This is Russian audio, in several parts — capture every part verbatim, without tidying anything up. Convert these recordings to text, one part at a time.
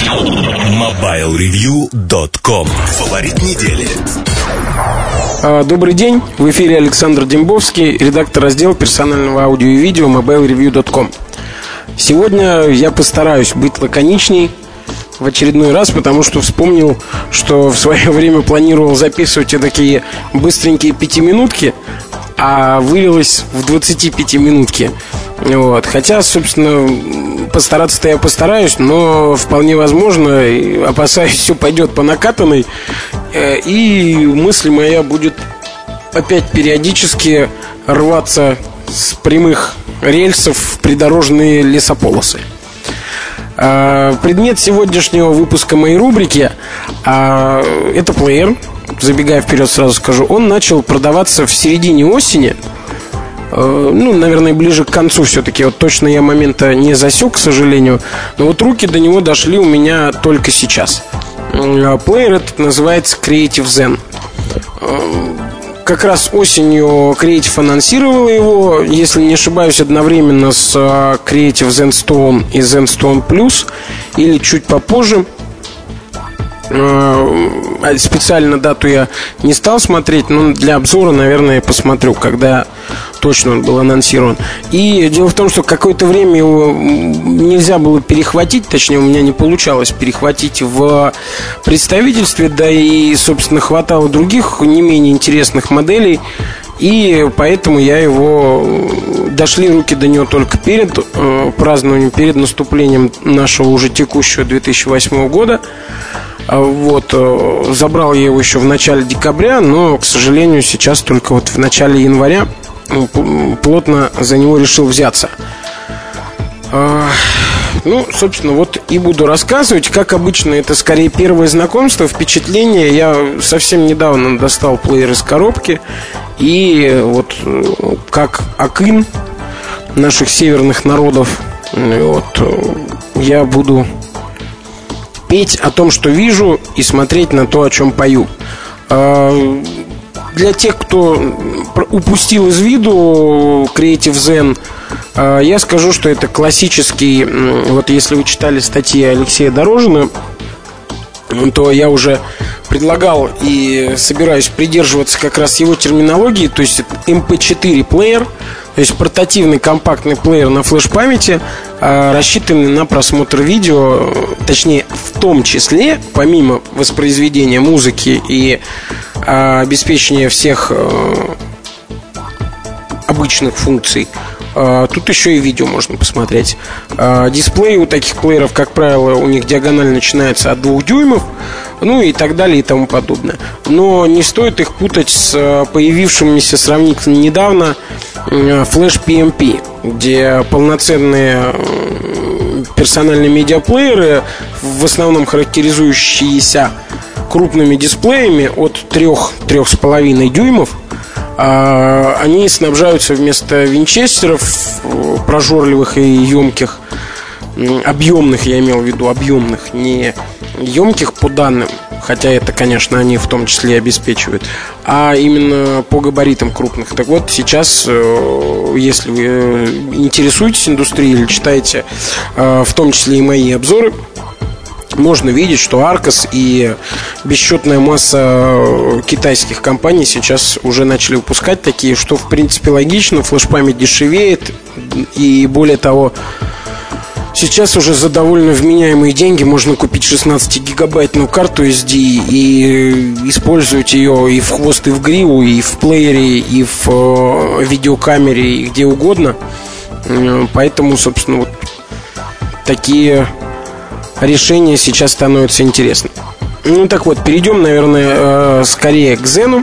мобайл ревью точка ком. Фаворит недели. Добрый день, в эфире Александр Дембовский, редактор раздела персонального аудио и видео мобайл ревью точка ком. Сегодня я постараюсь быть лаконичней в очередной раз, потому что вспомнил, что в свое время планировал записывать такие быстренькие пятиминутки, а вылилось в двадцатипятиминутки. Вот. Хотя, собственно, постараться-то я постараюсь, но вполне возможно, опасаюсь, все пойдет по накатанной, и мысль моя будет опять периодически рваться с прямых рельсов в придорожные лесополосы. Предмет сегодняшнего выпуска моей рубрики – это плеер. Забегая вперед, сразу скажу, он начал продаваться в середине осени. Ну, наверное, ближе к концу все-таки. Вот точно я момента не засек, к сожалению. Но вот руки до него дошли у меня только сейчас. Плеер этот называется Creative Zen. Как раз осенью Creative анонсировала его, если не ошибаюсь, одновременно с Creative Zenstone и Zenstone Plus, или чуть попозже. Специально дату я не стал смотреть, но для обзора, наверное, посмотрю, когда точно он был анонсирован. И дело в том, что какое-то время его нельзя было перехватить, точнее, у меня не получалось перехватить в представительстве, да и, собственно, хватало других не менее интересных моделей. И поэтому я его... Дошли руки до него только перед э, празднованием, перед наступлением нашего уже текущего две тысячи восьмого года. Вот, забрал я его еще в начале декабря, но, к сожалению, сейчас только вот в начале января плотно за него решил взяться. Ну, собственно, вот и буду рассказывать. Как обычно, это скорее первое знакомство, впечатление. Я совсем недавно достал плеер из коробки. И вот как акын наших северных народов, вот, я буду петь о том, что вижу, и смотреть на то, о чем пою. Для тех, кто упустил из виду Creative Zen, я скажу, что это классический. Вот если вы читали статьи Алексея Дорожина, то я уже предлагал и собираюсь придерживаться как раз его терминологии. То есть эм пэ четыре плеер, то есть портативный компактный плеер на флеш-памяти, рассчитанный на просмотр видео. Точнее, в том числе, помимо воспроизведения музыки и обеспечения всех обычных функций, тут еще и видео можно посмотреть. Дисплей у таких плееров, как правило, у них диагональ начинается от двух дюймов, ну и так далее и тому подобное. Но не стоит их путать с появившимися сравнительно недавно Flash пи эм пи, где полноценные персональные медиаплееры, в основном характеризующиеся крупными дисплеями от трех-трех с половиной дюймов, они снабжаются вместо винчестеров прожорливых и емких, объемных, я имел в виду объемных, не емких по данным, хотя это, конечно, они в том числе обеспечивают, а именно по габаритам крупных. Так вот, сейчас, если вы интересуетесь индустрией или читаете в том числе и мои обзоры, можно видеть, что Arcos и бесчетная масса китайских компаний сейчас уже начали выпускать такие, что в принципе логично. Флеш-память дешевеет, и более того, сейчас уже за довольно вменяемые деньги можно купить шестнадцатигигабайтную карту эс ди и использовать ее и в хвост, и в гриву, и в плеере, и в видеокамере, и где угодно. Поэтому, собственно, вот такие решение сейчас становится интересным. Ну так вот, перейдем, наверное, скорее к Зену.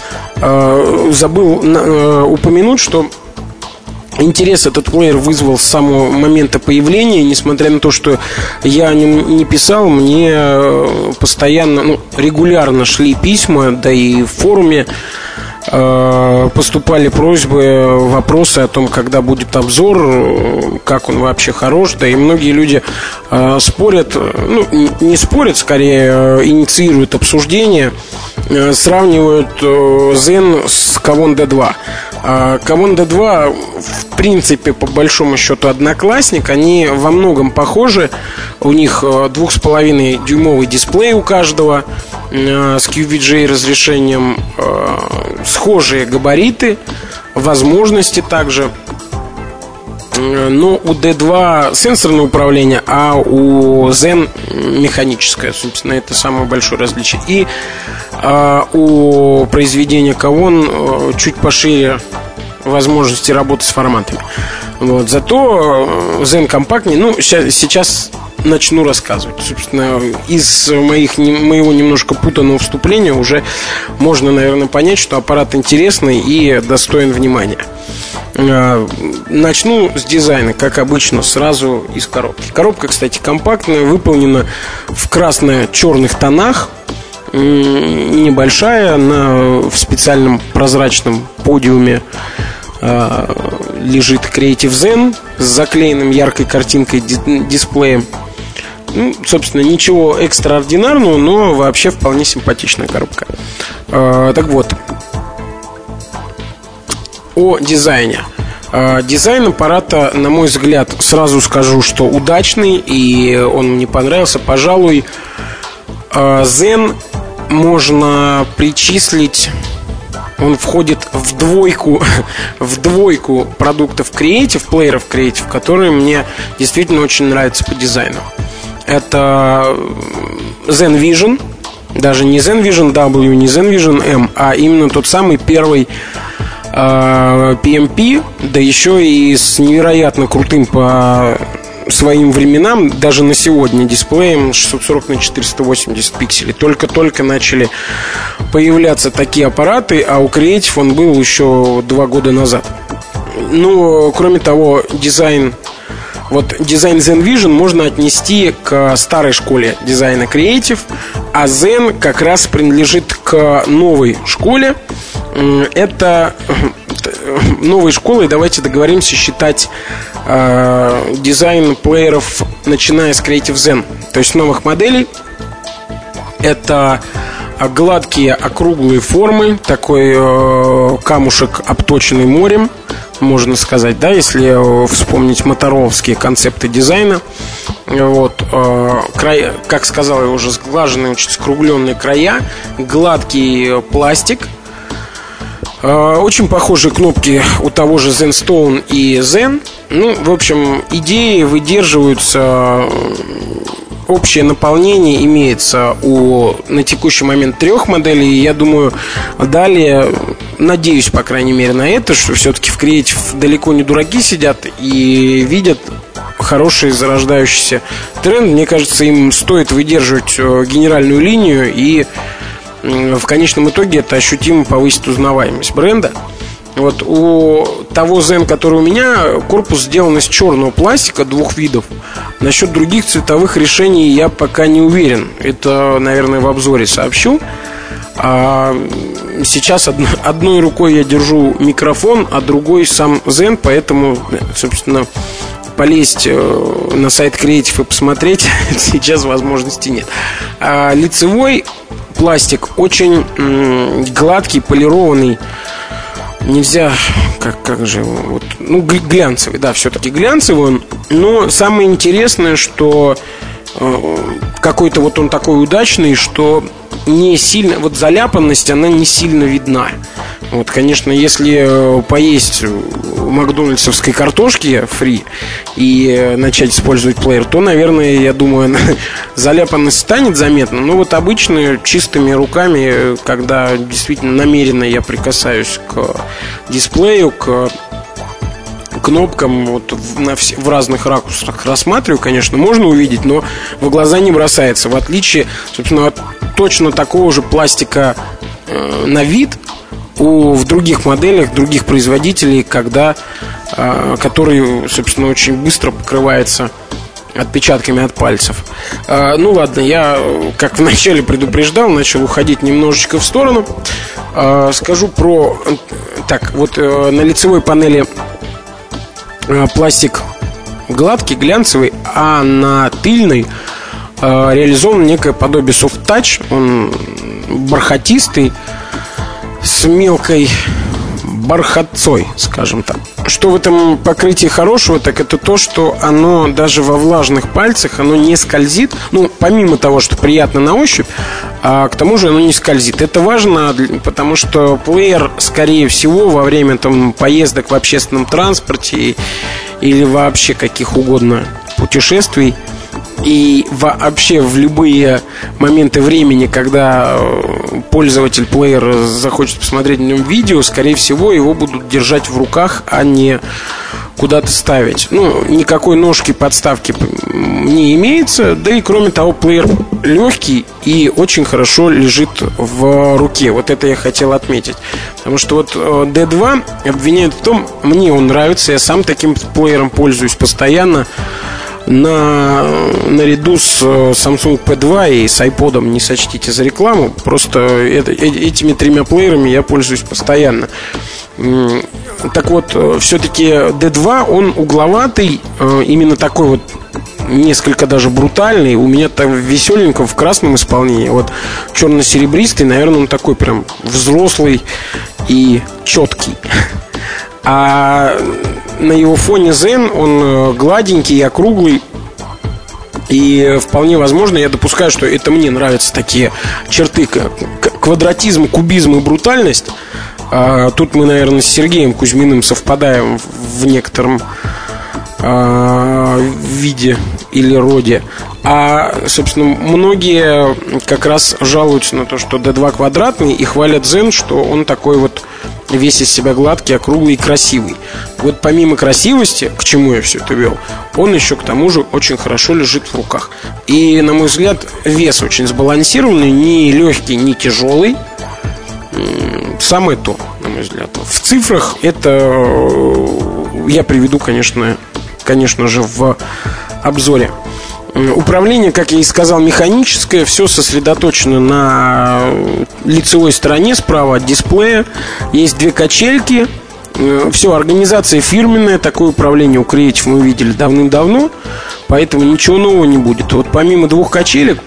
Забыл упомянуть, что интерес этот плеер вызвал с самого момента появления. Несмотря на то, что я о нем не писал, мне постоянно, ну, регулярно шли письма, да и в форуме поступали просьбы, вопросы о том, когда будет обзор, как он вообще хорош. Да и многие люди э, спорят, ну, не спорят, скорее э, инициируют обсуждение, э, сравнивают э, Zen с Kavon ди два. Kavon ди два, в принципе, по большому счету, одноклассник. Они во многом похожи. У них два с половиной дюймовый дисплей у каждого с кью ви джи разрешением, схожие габариты, возможности также. Но у ди два сенсорное управление, а у Zen механическое. Собственно, это самое большое различие. И а, у произведения Kavon а, чуть пошире возможности работы с форматами. Вот. Зато Zen компактнее. Ну, сейчас, сейчас начну рассказывать. Собственно, из моих, моего немножко путанного вступления уже можно, наверное, понять, что аппарат интересный и достоин внимания. Начну с дизайна, как обычно, сразу из коробки. Коробка, кстати, компактная, выполнена в красно-черных тонах, небольшая, на, в специальном прозрачном подиуме э, лежит Creative Zen с заклеенным яркой картинкой дисплеем. Ну, собственно, ничего экстраординарного, но вообще вполне симпатичная коробка. э, Так вот, о дизайне. Дизайн аппарата, на мой взгляд, сразу скажу, что удачный, и он мне понравился. Пожалуй, Zen можно причислить, он входит в двойку, в двойку продуктов Creative, плееров Creative, которые мне действительно очень нравятся по дизайну. Это Zen Vision, даже не Zen Vision W, не Zen Vision M, а именно тот самый первый пи эм пи, да еще и с невероятно крутым по своим временам, даже на сегодня, дисплеем шестьсот сорок на четыреста восемьдесят пикселей. Только-только начали появляться такие аппараты, а у Creative он был еще два года назад. Ну, кроме того, дизайн, вот дизайн Zen Vision можно отнести к старой школе дизайна Creative, а Zen как раз принадлежит к новой школе. Это новой школой, давайте договоримся считать э, дизайн плееров, начиная с Creative Zen, то есть новых моделей. Это гладкие округлые формы, такой э, камушек, обточенный морем, можно сказать, да, если вспомнить мотороловские концепты дизайна. Вот, э, края, как сказал я уже, сглаженные, очень скругленные края, гладкий пластик. Очень похожие кнопки у того же ZenStone и Zen. Ну, в общем, идеи выдерживаются. Общее наполнение имеется у, на текущий момент, трех моделей. И я думаю, далее, надеюсь, по крайней мере, на это, что все-таки в Creative далеко не дураки сидят и видят хороший зарождающийся тренд. Мне кажется, им стоит выдерживать генеральную линию, и в конечном итоге это ощутимо повысит узнаваемость бренда. Вот у того Zen, который у меня, корпус сделан из черного пластика двух видов. Насчет других цветовых решений я пока не уверен. Это, наверное, в обзоре сообщу. А сейчас одно, одной рукой я держу микрофон, а другой сам Zen, поэтому, собственно, полезть на сайт Creative и посмотреть сейчас возможности нет. А лицевой пластик очень м, гладкий, полированный. Нельзя, как, как же его, вот, ну, глянцевый, да, все-таки глянцевый он. Но самое интересное, что э, какой-то вот он такой удачный, что не сильно, вот заляпанность, она не сильно видна. Вот, конечно, если поесть макдональдсовской картошки фри и начать использовать плеер, то, наверное, я думаю, заляпанность станет заметна. Но вот обычно чистыми руками, когда действительно намеренно я прикасаюсь к дисплею, к кнопкам, вот в, на вс- в разных ракурсах рассматриваю, конечно, можно увидеть, но в глаза не бросается. В отличие, собственно, от точно такого же пластика э, на вид у, в других моделях, других производителей, когда, э, который, собственно, очень быстро покрывается отпечатками от пальцев. э, Ну ладно, я, как вначале предупреждал, начал уходить немножечко в сторону. э, Скажу про... Так, вот э, на лицевой панели э, пластик гладкий, глянцевый, а на тыльной э, реализовано некое подобие soft touch. Он бархатистый, с мелкой бархатцой, скажем так. Что в этом покрытии хорошего, так это то, что оно даже во влажных пальцах, оно не скользит. Ну, помимо того, что приятно на ощупь, а к тому же оно не скользит. Это важно, потому что плеер, скорее всего, во время там поездок в общественном транспорте или вообще каких угодно путешествий, и вообще в любые моменты времени, когда пользователь плеера захочет посмотреть на нем видео, скорее всего, его будут держать в руках, а не куда-то ставить. Ну, никакой ножки, подставки не имеется. Да и кроме того, плеер легкий и очень хорошо лежит в руке. Вот это я хотел отметить. Потому что вот ди два обвиняют в том, мне он нравится, я сам таким плеером пользуюсь постоянно. На, наряду с Samsung пи два и с iPod, не сочтите за рекламу. Просто это, этими тремя плеерами я пользуюсь постоянно. Так вот, все-таки ди два, он угловатый, именно такой вот, несколько даже брутальный. У меня там веселенько в красном исполнении. Вот черно-серебристый, наверное, он такой прям взрослый и четкий. А на его фоне Zen он гладенький и округлый. И вполне возможно, я допускаю, что это мне нравятся такие черты: квадратизм, кубизм и брутальность. а, Тут мы, наверное, с Сергеем Кузьминым совпадаем в некотором а, виде или роде. А, собственно, многие как раз жалуются на то, что ди два квадратный, и хвалят Zen, что он такой вот весь из себя гладкий, округлый и красивый. Вот помимо красивости, к чему я все это вел, он еще к тому же очень хорошо лежит в руках. И, на мой взгляд, вес очень сбалансированный, не легкий, не тяжелый. Самое то, на мой взгляд. В цифрах это я приведу, конечно, конечно же, в обзоре. Управление, как я и сказал, механическое. Все сосредоточено на лицевой стороне справа от дисплея. Есть две качельки. Все, организация фирменная. Такое управление у Creative мы видели давным-давно, поэтому ничего нового не будет. Вот помимо двух качелек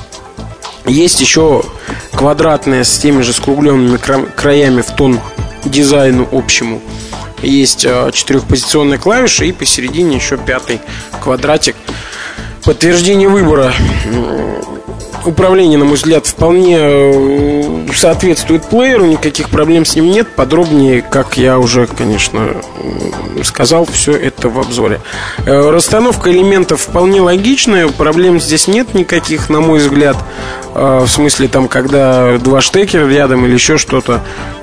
есть еще квадратная с теми же скругленными краями в тон дизайну общему. Есть четырехпозиционная клавиша, и посередине еще пятый квадратик. Подтверждение выбора. Управление, на мой взгляд, вполне соответствует плееру, никаких проблем с ним нет. Подробнее, как я уже, конечно, сказал, все это в обзоре. Расстановка элементов вполне логичная, проблем здесь нет никаких, на мой взгляд. В смысле, там, когда два штекера рядом или еще что-то.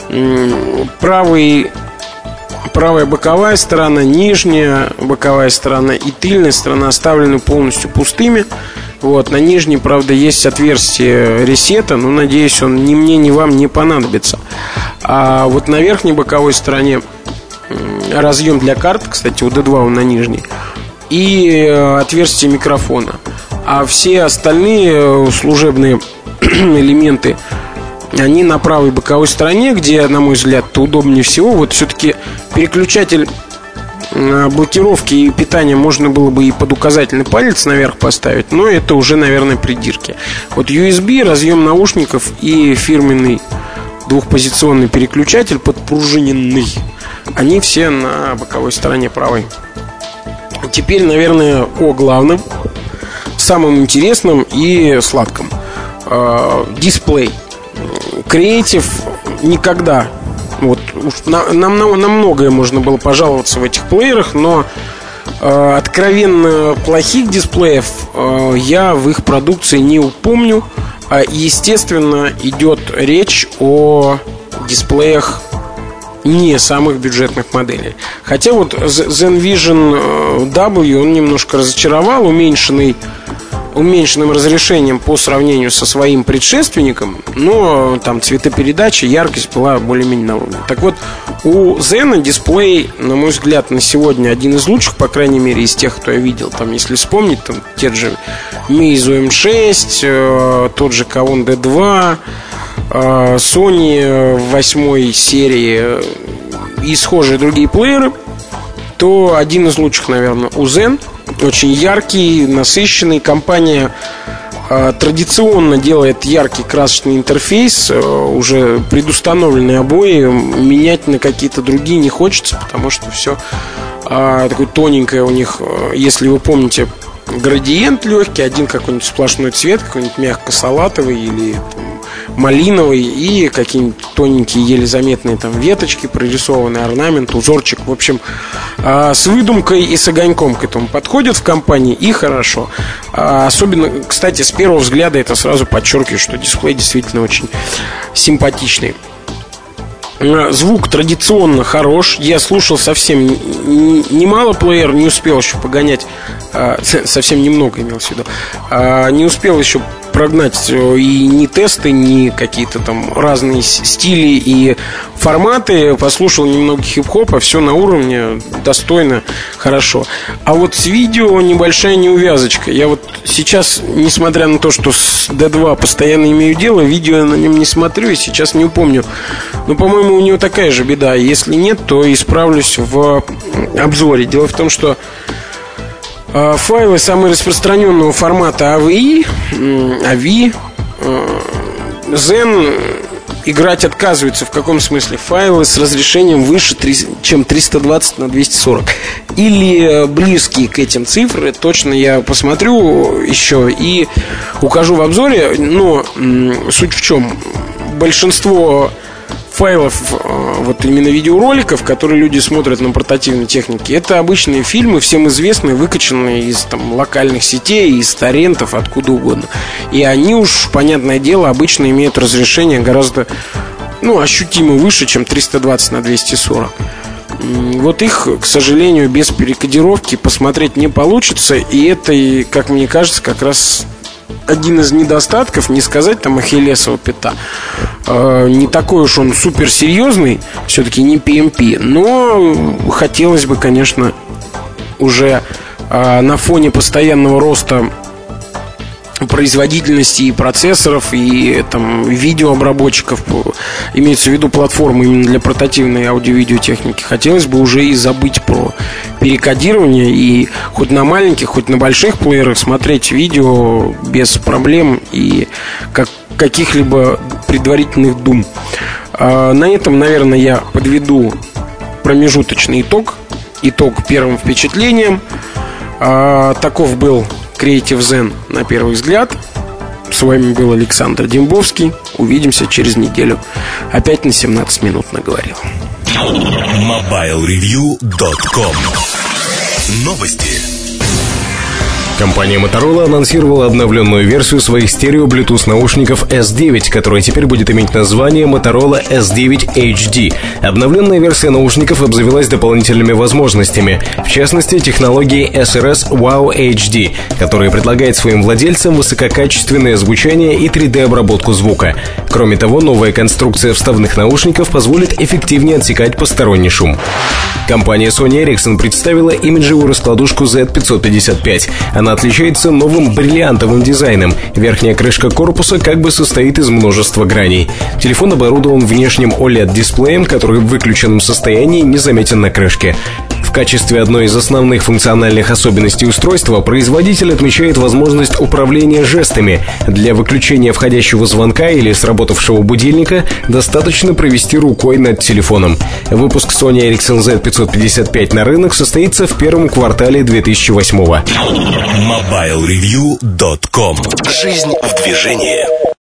Правый Правая боковая сторона, нижняя боковая сторона и тыльная сторона оставлены полностью пустыми. Вот, на нижней, правда, есть отверстие ресета, но, надеюсь, он ни мне, ни вам не понадобится. А вот на верхней боковой стороне разъем для карт, кстати, у ди два он на нижней, и отверстие микрофона. А все остальные служебные элементы, они на правой боковой стороне, где, на мой взгляд, удобнее всего. Вот все-таки переключатель блокировки и питания можно было бы и под указательный палец наверх поставить, но это уже, наверное, придирки. Вот ю эс би, разъем наушников и фирменный двухпозиционный переключатель подпружиненный, они все на боковой стороне правой. Теперь, наверное, о главном, самом интересном и сладком. Дисплей. Creative никогда, вот, нам, нам, на многое можно было пожаловаться в этих плеерах, но э, откровенно плохих дисплеев э, я в их продукции не упомню. А, естественно, идет речь о дисплеях не самых бюджетных моделей. Хотя вот Zen Vision W, он немножко разочаровал, уменьшенный уменьшенным разрешением по сравнению со своим предшественником, но там цветопередача, яркость была более-менее на уровне. Так вот, у Zen дисплей, на мой взгляд, на сегодня один из лучших, по крайней мере, из тех, кто я видел. Там, если вспомнить, там те же Meizu эм шесть, э, тот же Kavon ди два, э, Sony восьмой серии и схожие другие плееры, то один из лучших, наверное, у Zen. Очень яркий, насыщенный. Компания традиционно делает яркий красочный интерфейс. Уже предустановленные обои менять на какие-то другие не хочется, потому что все такое тоненькое у них. Если вы помните, градиент легкий, один какой-нибудь сплошной цвет, какой-нибудь мягко-салатовый или там малиновый, и какие-нибудь тоненькие, еле заметные там веточки, прорисованный орнамент, узорчик. В общем, с выдумкой и с огоньком к этому подходят в компании, и хорошо. Особенно, кстати, с первого взгляда это сразу подчеркивает, что дисплей действительно очень симпатичный. Звук традиционно хорош. Я слушал совсем немало плеер, не успел еще погонять. Совсем немного имелось в виду. Не успел еще прогнать и ни тесты, ни какие-то там разные стили и форматы. Послушал немного хип-хопа, все на уровне, достойно, хорошо. А вот с видео небольшая неувязочка. Я вот сейчас, несмотря на то, что с ди два постоянно имею дело, видео я на нем не смотрю и сейчас не упомню. Но, по-моему, у него такая же беда. Если нет, то исправлюсь в обзоре. Дело в том, что файлы самого распространенного формата эй ви ай, эй ви ай, Zen играть отказывается. В каком смысле? Файлы с разрешением выше, чем триста двадцать на двести сорок или близкие к этим цифрам. Точно я посмотрю еще и укажу в обзоре. Но суть в чем? Большинство файлов, вот именно видеороликов, которые люди смотрят на портативной технике, это обычные фильмы, всем известные, выкачанные из там локальных сетей, из торрентов, откуда угодно. И они уж, понятное дело, обычно имеют разрешение гораздо, ну, ощутимо выше, чем триста двадцать на двести сорок. Вот их, к сожалению, без перекодировки посмотреть не получится. И это, как мне кажется, как раз один из недостатков, не сказать там ахиллесова пята. э, Не такой уж он суперсерьезный, все-таки не пи эм пи. Но хотелось бы, конечно, уже э, на фоне постоянного роста производительности и процессоров, и там видеообработчиков, имеется в виду платформы именно для портативной аудио-видеотехники, хотелось бы уже и забыть про перекодирование и хоть на маленьких, хоть на больших плеерах смотреть видео без проблем и как, каких-либо предварительных дум. а, На этом, наверное, я подведу промежуточный итог. Итог первым впечатлением. а, Таков был Creative Zen на первый взгляд. С вами был Александр Дембовский. Увидимся через неделю. Опять на семнадцать минут наговорил. мобайл ревью точка ком. Новости. Компания Motorola анонсировала обновленную версию своих стерео-блютуз наушников эс девять, которая теперь будет иметь название Motorola эс девять эйч ди. Обновленная версия наушников обзавелась дополнительными возможностями, в частности, технологией эс эр эс Wow эйч ди, которая предлагает своим владельцам высококачественное звучание и три дэ-обработку звука. Кроме того, новая конструкция вставных наушников позволит эффективнее отсекать посторонний шум. Компания Sony Ericsson представила имиджевую раскладушку зет пятьсот пятьдесят пять. Она отличается новым бриллиантовым дизайном. Верхняя крышка корпуса как бы состоит из множества граней. Телефон оборудован внешним о лед дисплеем, который в выключенном состоянии не заметен на крышке. В качестве одной из основных функциональных особенностей устройства производитель отмечает возможность управления жестами. Для выключения входящего звонка или сработавшего будильника достаточно провести рукой над телефоном. Выпуск Sony Ericsson зет пятьсот пятьдесят пять на рынок состоится в первом квартале две тысячи восьмого. мобайл ревью точка ком. Жизнь в движении.